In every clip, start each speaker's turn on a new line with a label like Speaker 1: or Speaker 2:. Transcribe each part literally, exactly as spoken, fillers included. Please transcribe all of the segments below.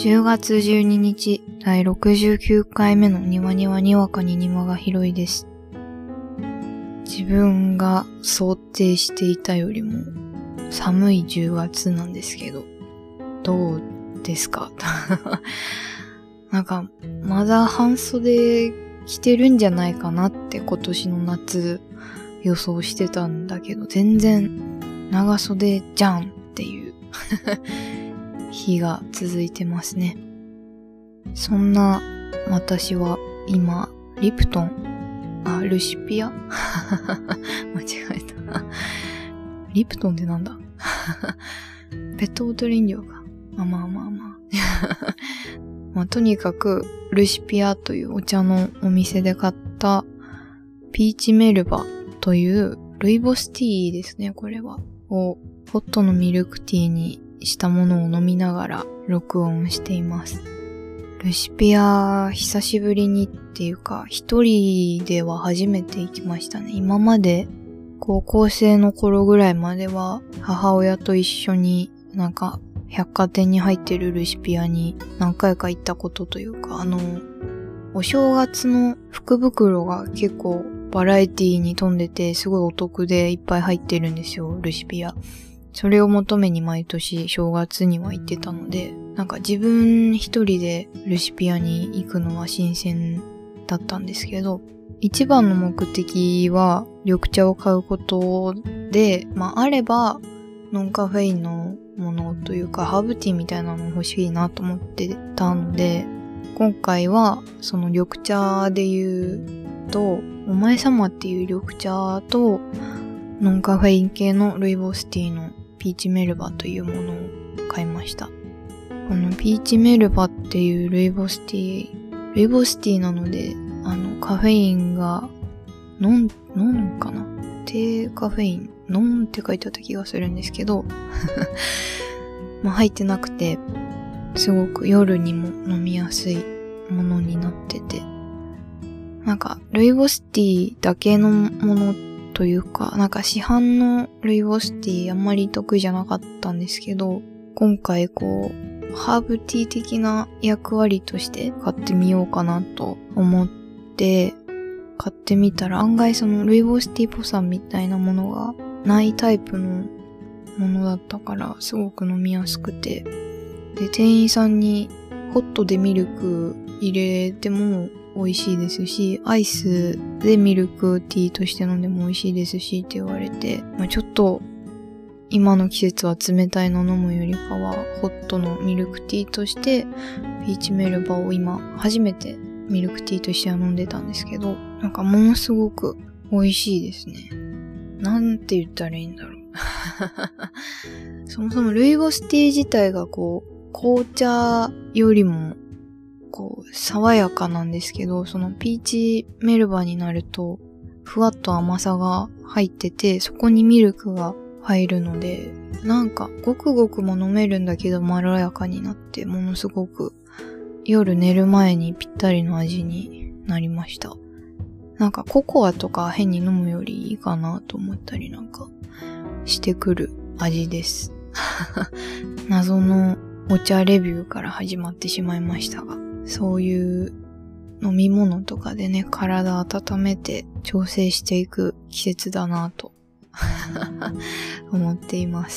Speaker 1: じゅうがつじゅうににちだいろくじゅうきゅうかいめの庭にはにわかに庭が広いです。自分が想定していたよりも寒いじゅうがつなんですけど、どうですかなんかまだ半袖着てるんじゃないかなって今年の夏予想してたんだけど、全然長袖じゃんっていう日が続いてますね。そんな私は今リプトンあルシピア間違えたリプトンってなんだペットボトル飲料か。まあまあまあまあまあとにかくルシピアというお茶のお店で買ったピーチメルバというルイボスティーですね、これはをホットのミルクティーにしたものを飲みながら録音しています。ルシピア久しぶりにっていうか一人では初めて行きましたね。今まで高校生の頃ぐらいまでは母親と一緒になんか百貨店に入ってるルシピアに何回か行ったことというか、あのお正月の福袋が結構バラエティに富んでてすごいお得でいっぱい入ってるんですよ、ルシピア。それを求めに毎年正月には行ってたので、なんか自分一人でルシピアに行くのは新鮮だったんですけど、一番の目的は緑茶を買うことで、まああればノンカフェインのものというかハーブティーみたいなの欲しいなと思ってたので、今回はその緑茶で言うとお前様っていう緑茶とノンカフェイン系のルイボスティーのピーチメルバというものを買いました。このピーチメルバっていうルイボスティー、ルイボスティーなので、あのカフェインがノン、ノンかな？低カフェイン、ノンって書いてあった気がするんですけど、まあ入ってなくて、すごく夜にも飲みやすいものになってて、なんかルイボスティーだけのものというか、なんか市販のルイボスティーあんまり得意じゃなかったんですけど、今回こうハーブティー的な役割として買ってみようかなと思って買ってみたら、案外そのルイボスティーっぽさみたいなものがないタイプのものだったからすごく飲みやすくて、で店員さんにホットでミルク入れても美味しいですし、アイスでミルクティーとして飲んでも美味しいですしって言われて、まあ、ちょっと今の季節は冷たいの飲むよりかはホットのミルクティーとしてピーチメルバを今初めてミルクティーとしては飲んでたんですけど、なんかものすごく美味しいですね。なんて言ったらいいんだろうそもそもルイボスティー自体がこう紅茶よりもこう爽やかなんですけど、そのピーチメルバになるとふわっと甘さが入ってて、そこにミルクが入るので、なんかごくごくも飲めるんだけどまろやかになって、ものすごく夜寝る前にぴったりの味になりました。なんかココアとか変に飲むよりいいかなと思ったりなんかしてくる味です謎のお茶レビューから始まってしまいましたが、そういう飲み物とかでね、体温めて調整していく季節だなと思っています。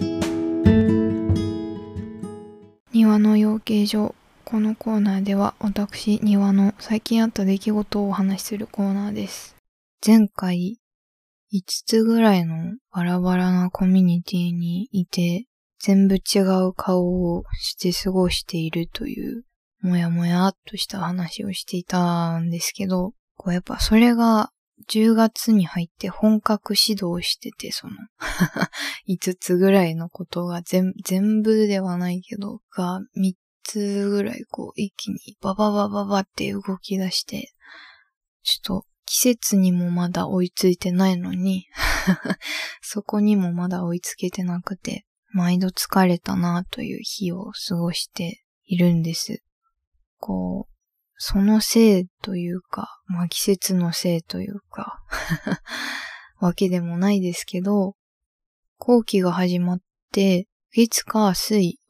Speaker 1: 庭の養鶏場。このコーナーでは私庭の最近あった出来事をお話しするコーナーです。前回いつつぐらいのバラバラなコミュニティにいて、全部違う顔をして過ごしているというもやもやっとした話をしていたんですけど、こうやっぱそれがじゅうがつに入って本格始動してて、そのいつつぐらいのことが全全部ではないけどがみっつぐらいこう一気にバババババって動き出して、ちょっと季節にもまだ追いついてないのにそこにもまだ追いつけてなくて、毎度疲れたなという日を過ごしているんです。こうそのせいというか、まあ季節のせいというかわけでもないですけど、後期が始まって月火水は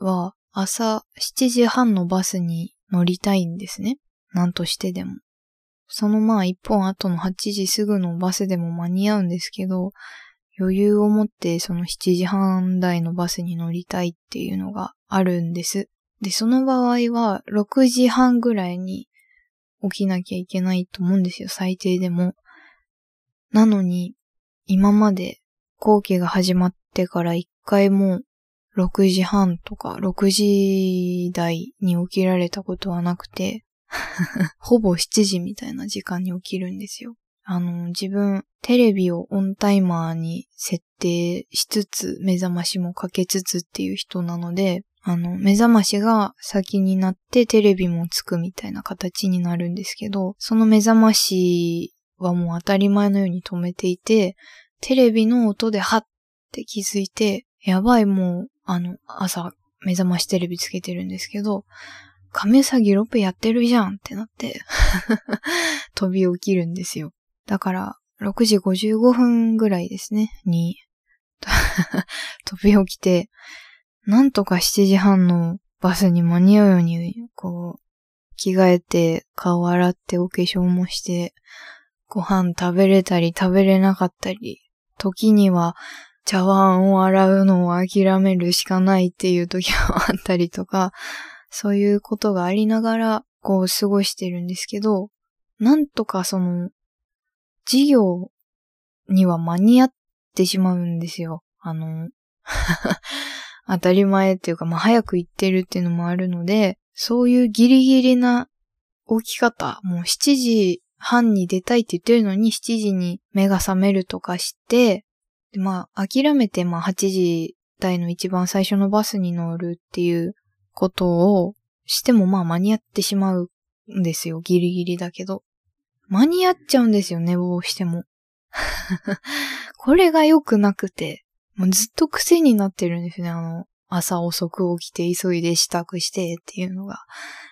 Speaker 1: 朝しちじはんのバスに乗りたいんですね。なんとしてでも。そのまあ一本後のはちじすぐのバスでも間に合うんですけど、余裕を持ってそのしちじはん台のバスに乗りたいっていうのがあるんです。で、その場合はろくじはんぐらいに起きなきゃいけないと思うんですよ、最低でも。なのに、今まで後期が始まってから一回もろくじはんとかろくじ台に起きられたことはなくて、ほぼしちじみたいな時間に起きるんですよ。あの、自分、テレビをオンタイマーに設定しつつ、目覚ましもかけつつっていう人なので、あの、目覚ましが先になってテレビもつくみたいな形になるんですけど、その目覚ましはもう当たり前のように止めていて、テレビの音でハッて気づいて、やばいもう、あの、朝目覚ましテレビつけてるんですけど、亀うさぎロペやってるじゃんってなって、飛び起きるんですよ。だから、ろくじごじゅうごふんぐらいですね、に、飛び起きて、なんとかしちじはんのバスに間に合うように、こう、着替えて、顔洗ってお化粧もして、ご飯食べれたり食べれなかったり、時には茶碗を洗うのを諦めるしかないっていう時もあったりとか、そういうことがありながら、こう過ごしてるんですけど、なんとかその、授業には間に合ってしまうんですよ。あの、当たり前っていうか、まあ早く行ってるっていうのもあるので、そういうギリギリな起き方、もうしちじはんに出たいって言ってるのにしちじに目が覚めるとかして、でまあ諦めてまあはちじ台の一番最初のバスに乗るっていうことをしてもまあ間に合ってしまうんですよ。ギリギリだけど。間に合っちゃうんですよ、寝坊しても。これが良くなくて、もうずっと癖になってるんですね。あの、朝遅く起きて急いで支度してっていうのが。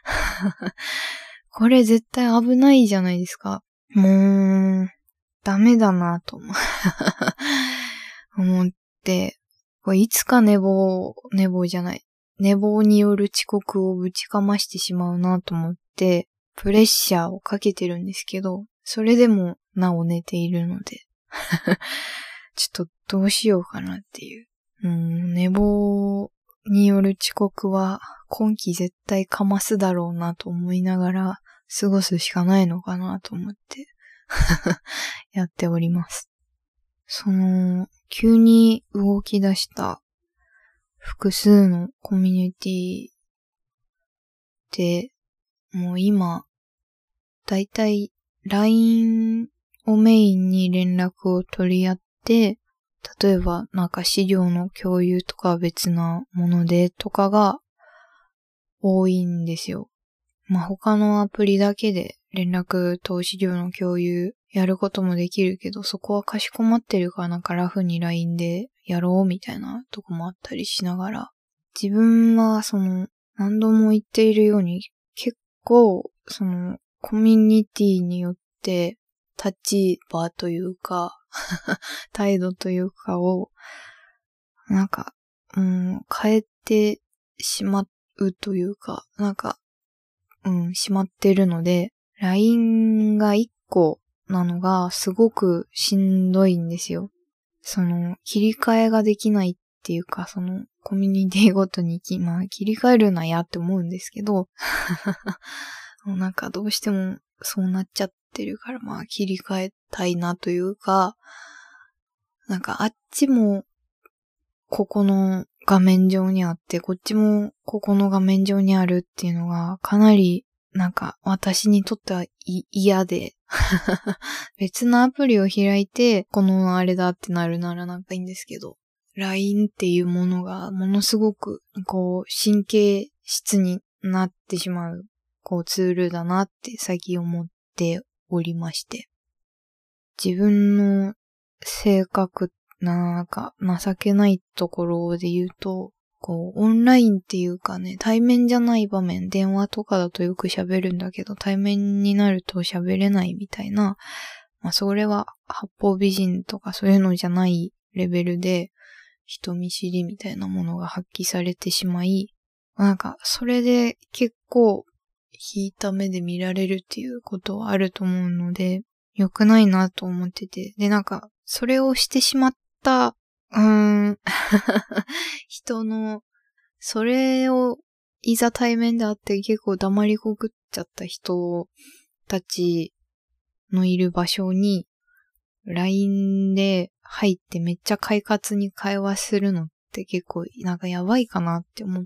Speaker 1: これ絶対危ないじゃないですか。もう、ダメだなと思って、これいつか寝坊、寝坊じゃない。寝坊による遅刻をぶちかましてしまうなと思って、プレッシャーをかけてるんですけど、それでもなお寝ているので、ちょっとどうしようかなっていう。うん、寝坊による遅刻は今期絶対かますだろうなと思いながら過ごすしかないのかなと思ってやっております。その、急に動き出した複数のコミュニティって、もう今、だいたい ライン をメインに連絡を取り合って、例えばなんか資料の共有とか別なものでとかが多いんですよ。まあ他のアプリだけで連絡と資料の共有やることもできるけど、そこはかしこまってるからなんかラフに ライン でやろうみたいなとこもあったりしながら、自分はその何度も言っているように結構そのコミュニティによって立場というか態度というかをなんか、うん、変えてしまうというか、なんか、うん、しまってるので、ライン がいっこなのがすごくしんどいんですよ。その、切り替えができないっていうか、その、コミュニティごとにき、まあ、切り替えるなやって思うんですけど、なんかどうしてもそうなっちゃってるから、まあ、切り替えたいなというか、なんかあっちも、ここの画面上にあって、こっちもここの画面上にあるっていうのがかなりなんか私にとっては嫌で別のアプリを開いてこのあれだってなるならなんかいいんですけど、 ライン っていうものがものすごくこう神経質になってしまうこうツールだなって最近思っておりまして、自分の性格なんか情けないところで言うと、こうオンラインっていうかね、対面じゃない場面、電話とかだとよく喋るんだけど、対面になると喋れないみたいな、まあそれは八方美人とかそういうのじゃないレベルで人見知りみたいなものが発揮されてしまい、 なんか、それで結構、引いた目で見られるっていうことはあると思うので、良くないなと思ってて。で、なんか、それをしてしまった、うーん、人の、それを、いざ対面で会って結構黙りこくっちゃった人たちのいる場所に、ライン で入ってめっちゃ快活に会話するのって結構なんかやばいかなって思って、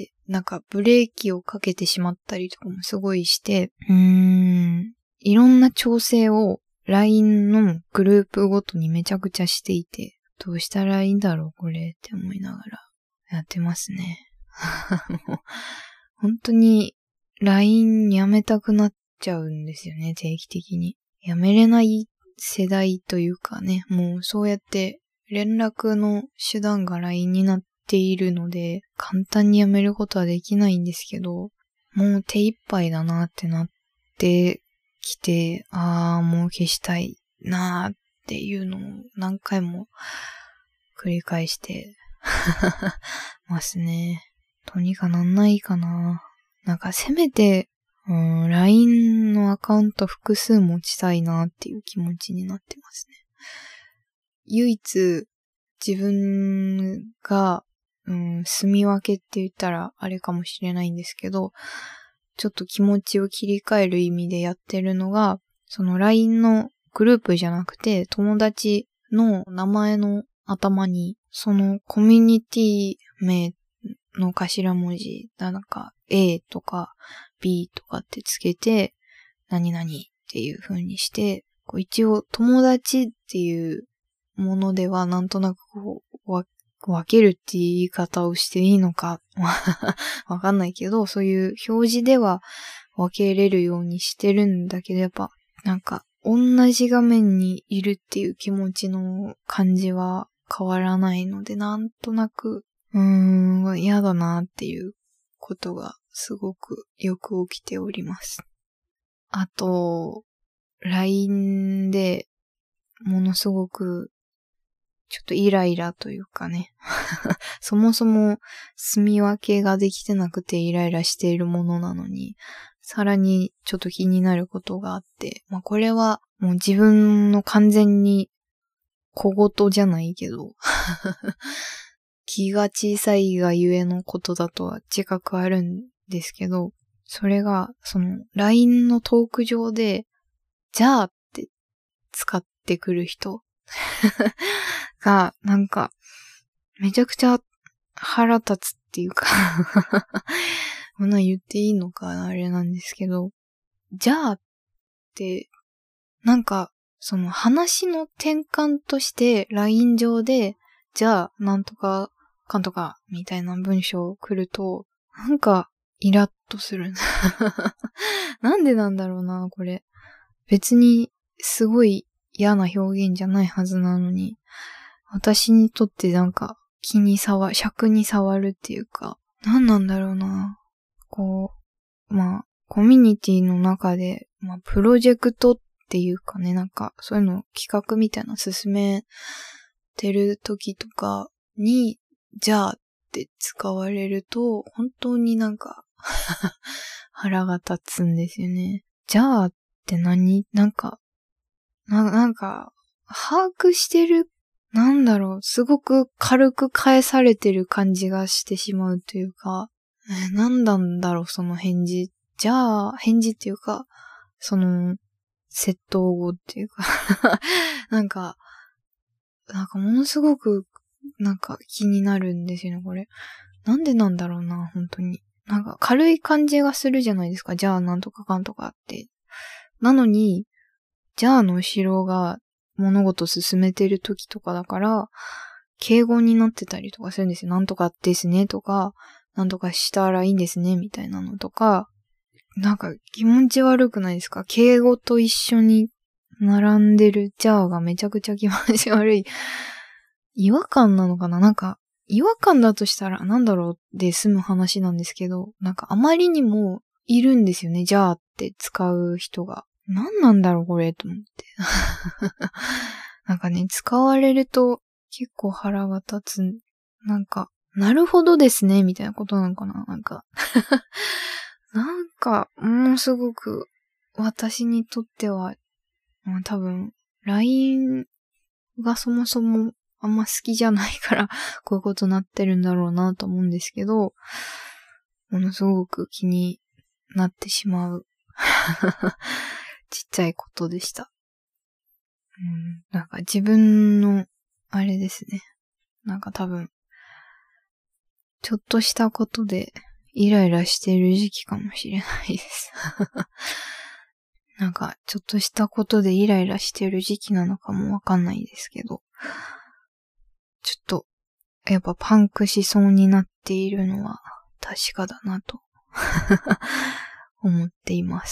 Speaker 1: なんかブレーキをかけてしまったりとかもすごいして、うーん、いろんな調整を ライン のグループごとにめちゃくちゃしていて、どうしたらいいんだろうこれって思いながらやってますね。もう本当に ライン やめたくなっちゃうんですよね、定期的に。やめれない世代というかね、もうそうやって連絡の手段が ライン になっているので、簡単にやめることはできないんですけど、もう手一杯だなってなってきて、あーもう消したいなーっていうのを何回も繰り返してますね。どうにかなんないかな。なんかせめて、うん、ライン のアカウント複数持ちたいなっていう気持ちになってますね。唯一自分が、うん、住み分けって言ったらあれかもしれないんですけど、ちょっと気持ちを切り替える意味でやってるのが、その ライン のグループじゃなくて友達の名前の頭にそのコミュニティ名の頭文字、なんか A とか B とかってつけて、何々っていう風にして、こう一応友達っていうものではなんとなくこうわ分けるっていう言い方をしていいのかわかんないけど、そういう表示では分けれるようにしてるんだけど、やっぱなんか同じ画面にいるっていう気持ちの感じは変わらないので、なんとなくうーん、嫌だなっていうことがすごくよく起きております。あと、ライン でものすごくちょっとイライラというかね。そもそも住み分けができてなくてイライラしているものなのに、さらにちょっと気になることがあって、まあこれはもう自分の完全に小言じゃないけど、気が小さいがゆえのことだとは自覚あるんですけど、それが、その ライン のトーク上で、じゃあって使ってくる人が、なんか、めちゃくちゃ腹立つっていうかこんなん言っていいのかあれなんですけど、じゃあって、なんか、その話の転換として ライン 上で、じゃあなんとかかんとかみたいな文章来ると、なんかイラッとする。なんでなんだろうな、これ。別にすごい嫌な表現じゃないはずなのに、私にとってなんか気に触る、尺に触るっていうか、なんなんだろうな。こう、まあ、コミュニティの中で、まあ、プロジェクトっていうかね、なんか、そういうの企画みたいな進めてる時とかに、じゃあって使われると、本当になんか、腹が立つんですよね。じゃあって何？なんか、な、なんか、把握してる、なんだろう、すごく軽く返されてる感じがしてしまうというか、え、なんなんだろう、その返事。じゃあ、返事っていうか、その、窃盗語っていうか、なんか、なんかものすごく、なんか気になるんですよね、これ。なんでなんだろうな、本当に。なんか軽い感じがするじゃないですか。じゃあなんとかかんとかって。なのに、じゃあの後ろが物事進めてる時とかだから、敬語になってたりとかするんですよ。なんとかですねとか、なんとかしたらいいんですねみたいなのとか、なんか気持ち悪くないですか？敬語と一緒に並んでるじゃあがめちゃくちゃ気持ち悪い。違和感なのかな？なんか、違和感だとしたらなんだろうで済む話なんですけど、なんかあまりにもいるんですよね。じゃあって使う人が。なんなんだろうこれと思って。なんかね、使われると結構腹が立つ。なんか、 なるほどですね、みたいなことなのかななんか。なんか、もうすごく、私にとっては、まあ、多分、ライン がそもそもあんま好きじゃないから、こういうことになってるんだろうなと思うんですけど、ものすごく気になってしまう、ちっちゃいことでした。うん、なんか自分の、あれですね。なんか多分、ちょっとしたことでイライラしている時期かもしれないです。なんか、ちょっとしたことでイライラしている時期なのかもわかんないですけど、ちょっと、やっぱパンクしそうになっているのは確かだなと思っています。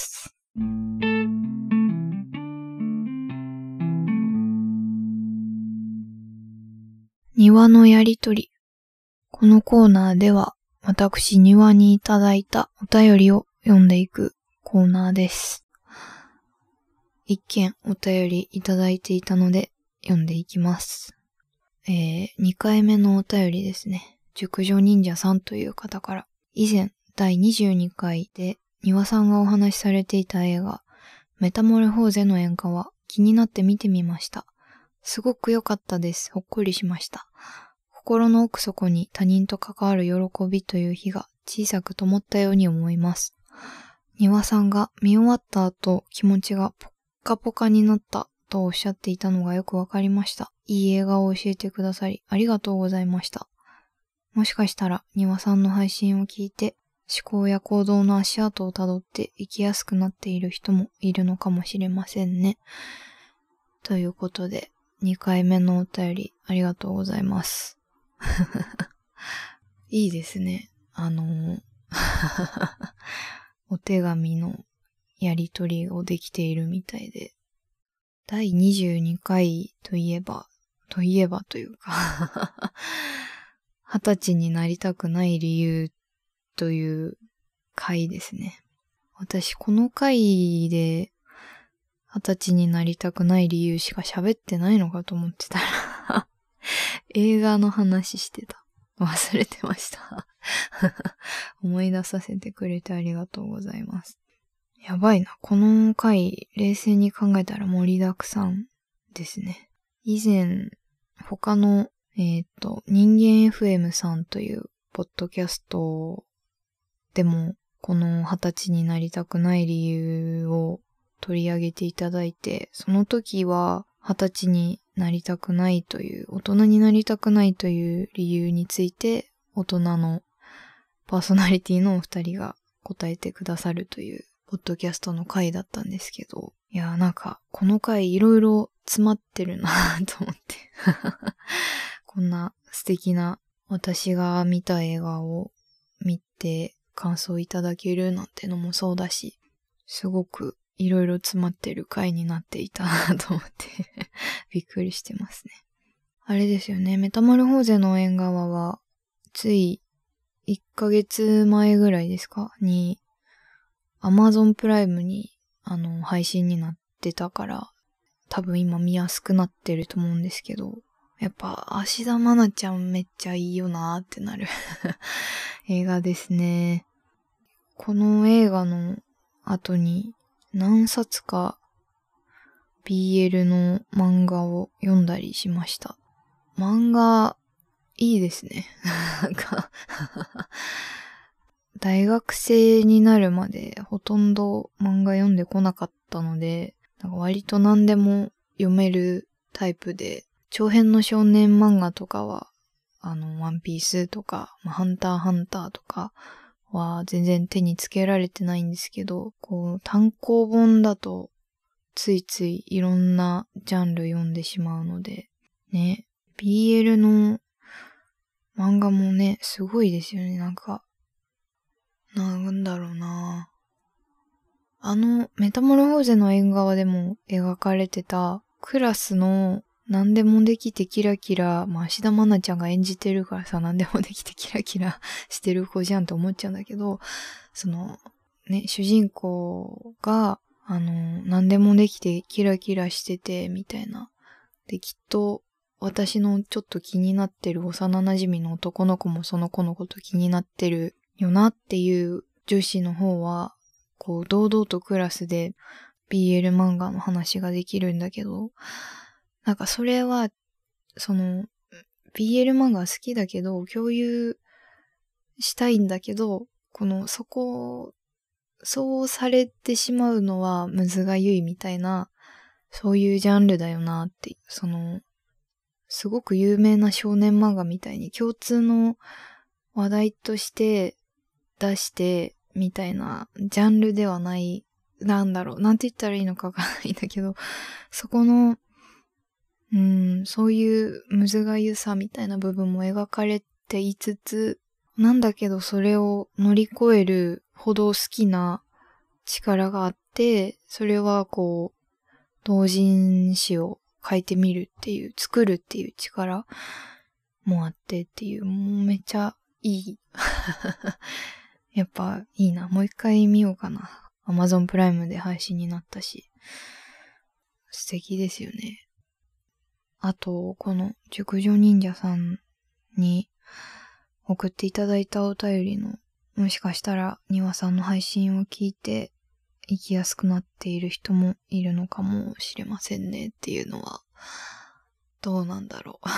Speaker 1: 庭のやりとり。このコーナーでは、私庭にいただいたお便りを読んでいくコーナーです。一件お便りいただいていたので読んでいきます。えー、にかいめのお便りですね。熟女忍者さんという方から、以前だいにじゅうにかいで庭さんがお話しされていた映画、メタモルフォーゼの演歌は気になって見てみました。すごく良かったです。ほっこりしました。心の奥底に他人と関わる喜びという火が小さく灯ったように思います。庭さんが見終わった後、気持ちがポッカポカになったとおっしゃっていたのがよくわかりました。いい映画を教えてくださりありがとうございました。もしかしたら庭さんの配信を聞いて思考や行動の足跡をたどって生きやすくなっている人もいるのかもしれませんね。ということでにかいめのお便りありがとうございます。いいですね。あのお手紙のやりとりをできているみたいで、だいにじゅうにかいといえばといえばというか二十歳になりたくない理由という回ですね。私この回で二十歳になりたくない理由しか喋ってないのかと思ってたら映画の話してた。忘れてました思い出させてくれてありがとうございます。やばいな。この回、冷静に考えたら盛りだくさんですね。以前、他の、えっと、人間 エフエム さんというポッドキャストでも、この二十歳になりたくない理由を取り上げていただいて、その時は二十歳になりたくないという、大人になりたくないという理由について、大人のパーソナリティのお二人が答えてくださるという、ポッドキャストの回だったんですけど、いやーなんか、この回いろいろ詰まってるなと思って。こんな素敵な私が見た映画を見て感想いただけるなんてのもそうだし、すごくいろいろ詰まってる回になっていたなと思ってびっくりしてますね。あれですよね、メタモルフォーゼの縁側はついいっかげつまえぐらいですかに Amazon プライムにあの配信になってたから多分今見やすくなってると思うんですけど、やっぱ芦田愛菜ちゃんめっちゃいいよなーってなる映画ですね。この映画の後に何冊か ビーエル の漫画を読んだりしました。漫画いいですね。なんか大学生になるまでほとんど漫画読んでこなかったので、なんか割と何でも読めるタイプで、長編の少年漫画とかは、あの、ワンピースとか、まあ、ハンターハンターとかは全然手につけられてないんですけど、こう、単行本だとついついいろんなジャンル読んでしまうので、ね、ビーエル の漫画もね、すごいですよね、なんか。なんだろうなあの、メタモルフォーゼの縁側でも描かれてたクラスの何でもできてキラキラ、まあ、芦田愛菜ちゃんが演じてるからさ、何でもできてキラキラしてる子じゃんって思っちゃうんだけど、その、ね、主人公が、あの、何でもできてキラキラしてて、みたいな。で、きっと、 私のちょっと気になってる幼馴染の男の子もその子のこと気になってるよなっていう女子の方は、こう堂々とクラスで ビーエル 漫画の話ができるんだけど、なんかそれは、その ビーエル 漫画好きだけど、共有したいんだけど、このそこ、そうされてしまうのはむずがゆいみたいな、そういうジャンルだよなって、その、すごく有名な少年漫画みたいに共通の話題として出してみたいなジャンルではない、なんだろう、なんて言ったらいいのかわからないんだけど、そこの、うん、そういうむずがゆさみたいな部分も描かれていつつ、なんだけどそれを乗り越えるほど好きな力があって、それはこう、同人誌を書いてみるっていう、作るっていう力もあってっていう、もうめっちゃいい。やっぱいいな。もう一回見ようかな。Amazon プライムで配信になったし。素敵ですよね。あと、この熟女忍者さんに送っていただいたお便りの、もしかしたら庭さんの配信を聞いて、生きやすくなっている人もいるのかもしれませんねっていうのはどうなんだろう。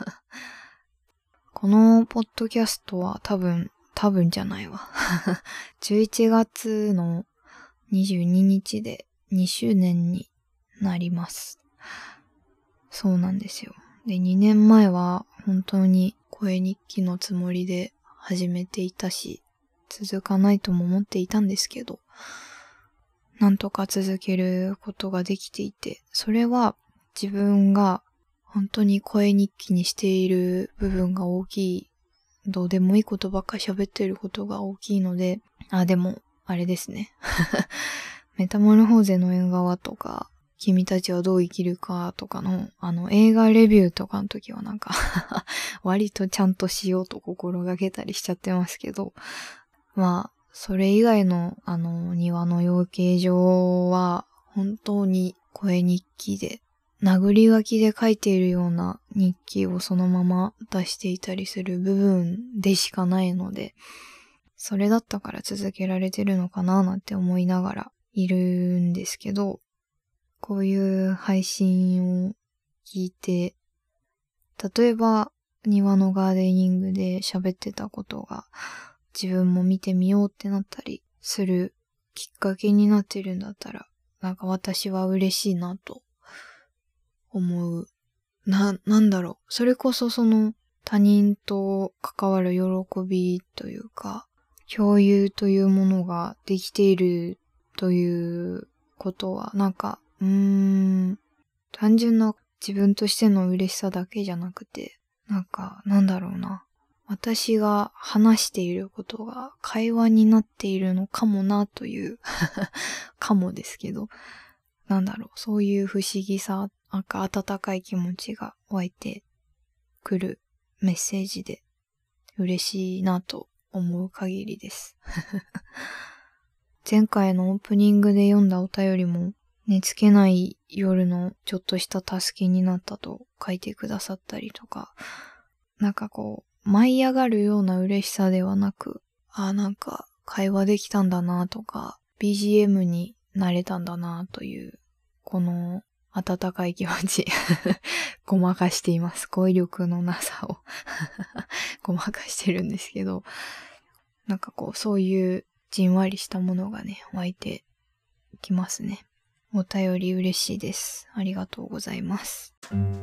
Speaker 1: このポッドキャストは多分多分じゃないわ。じゅういちがつのにじゅうににちでにしゅうねんになります。そうなんですよ。で、にねんまえは本当に声日記のつもりで始めていたし、続かないとも思っていたんですけど、なんとか続けることができていて、それは自分が本当に声日記にしている部分が大きい、どうでもいいことばっかり喋ってることが大きいので、あ、でも、あれですね。メタモルフォーゼの縁側とか、君たちはどう生きるかとかの、あの映画レビューとかの時はなんか、割とちゃんとしようと心がけたりしちゃってますけど、まあ、それ以外の、あの、庭の養鶏場は、本当に声日記で、殴り書きで書いているような日記をそのまま出していたりする部分でしかないので、それだったから続けられてるのかななんて思いながらいるんですけど、こういう配信を聞いて、例えば庭のガーデニングで喋ってたことが、自分も見てみようってなったりするきっかけになってるんだったら、なんか私は嬉しいなと思う。な、なんだろう。それこそその他人と関わる喜びというか、共有というものができているということは、なんか、うーん、単純な自分としての嬉しさだけじゃなくて、なんか、なんだろうな。私が話していることが会話になっているのかもなという、かもですけど、なんだろう、そういう不思議さ、なんか温かい気持ちが湧いてくるメッセージで嬉しいなと思う限りです。前回のオープニングで読んだお便りも、寝つけない夜のちょっとした助けになったと書いてくださったりとか、なんかこう、舞い上がるような嬉しさではなく、あ、なんか会話できたんだなとか、ビージーエム になれたんだなという、この温かい気持ち、ごまかしています。語彙力のなさをごまかしてるんですけど、なんかこう、そういうじんわりしたものがね、湧いてきますね。お便り嬉しいです。ありがとうございます。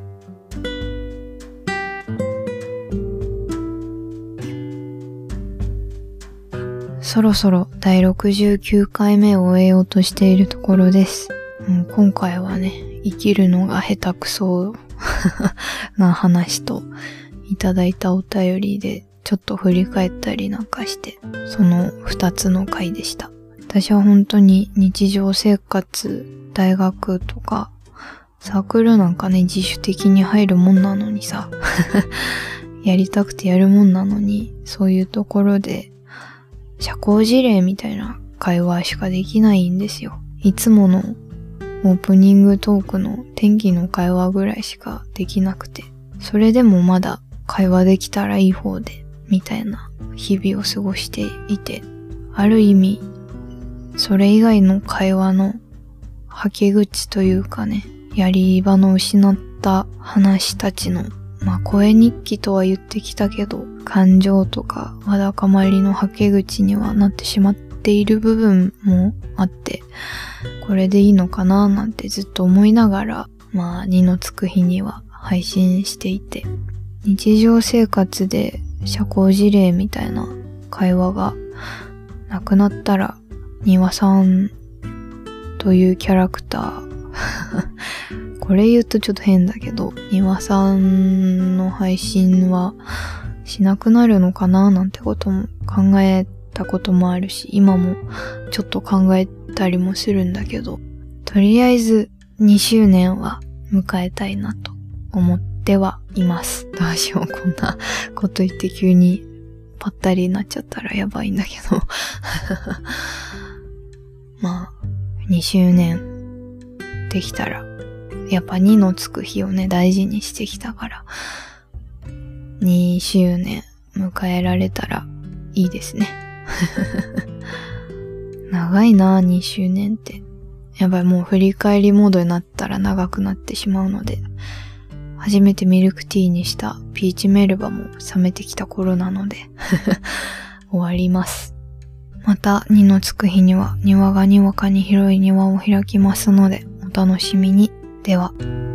Speaker 1: そろそろだいろくじゅうきゅうかいめを終えようとしているところです。もう今回はね、生きるのが下手くそな話といただいたお便りでちょっと振り返ったりなんかして、そのふたつの回でした。私は本当に日常生活、大学とかサークルなんかね、自主的に入るもんなのにさやりたくてやるもんなのに、そういうところで社交辞令みたいな会話しかできないんですよ。いつものオープニングトークの天気の会話ぐらいしかできなくて。 それでもまだ会話できたらいい方で、みたいな日々を過ごしていて、ある意味、それ以外の会話のはけ口というかね、やり場の失った話たちの、まあ声日記とは言ってきたけど、感情とかわだかまりのはけ口にはなってしまっている部分もあって、これでいいのかななんてずっと思いながら、まあ二のつく日には配信していて、日常生活で社交辞令みたいな会話がなくなったら、庭さんというキャラクターこれ言うとちょっと変だけど、庭さんの配信はしなくなるのかななんてことも考えたこともあるし、今もちょっと考えたりもするんだけど、とりあえずにしゅうねんは迎えたいなと思ってはいます。どうしよう、こんなこと言って急にぱったりになっちゃったらやばいんだけどまあにしゅうねんできたら、やっぱにのつく日をね大事にしてきたから、にしゅうねん迎えられたらいいですね長いな、にしゅうねんって。やばい、もう振り返りモードになったら長くなってしまうので、初めてミルクティーにしたピーチメルバも冷めてきた頃なので終わります。またにのつく日には庭がにわかに広い庭を開きますのでお楽しみに。では。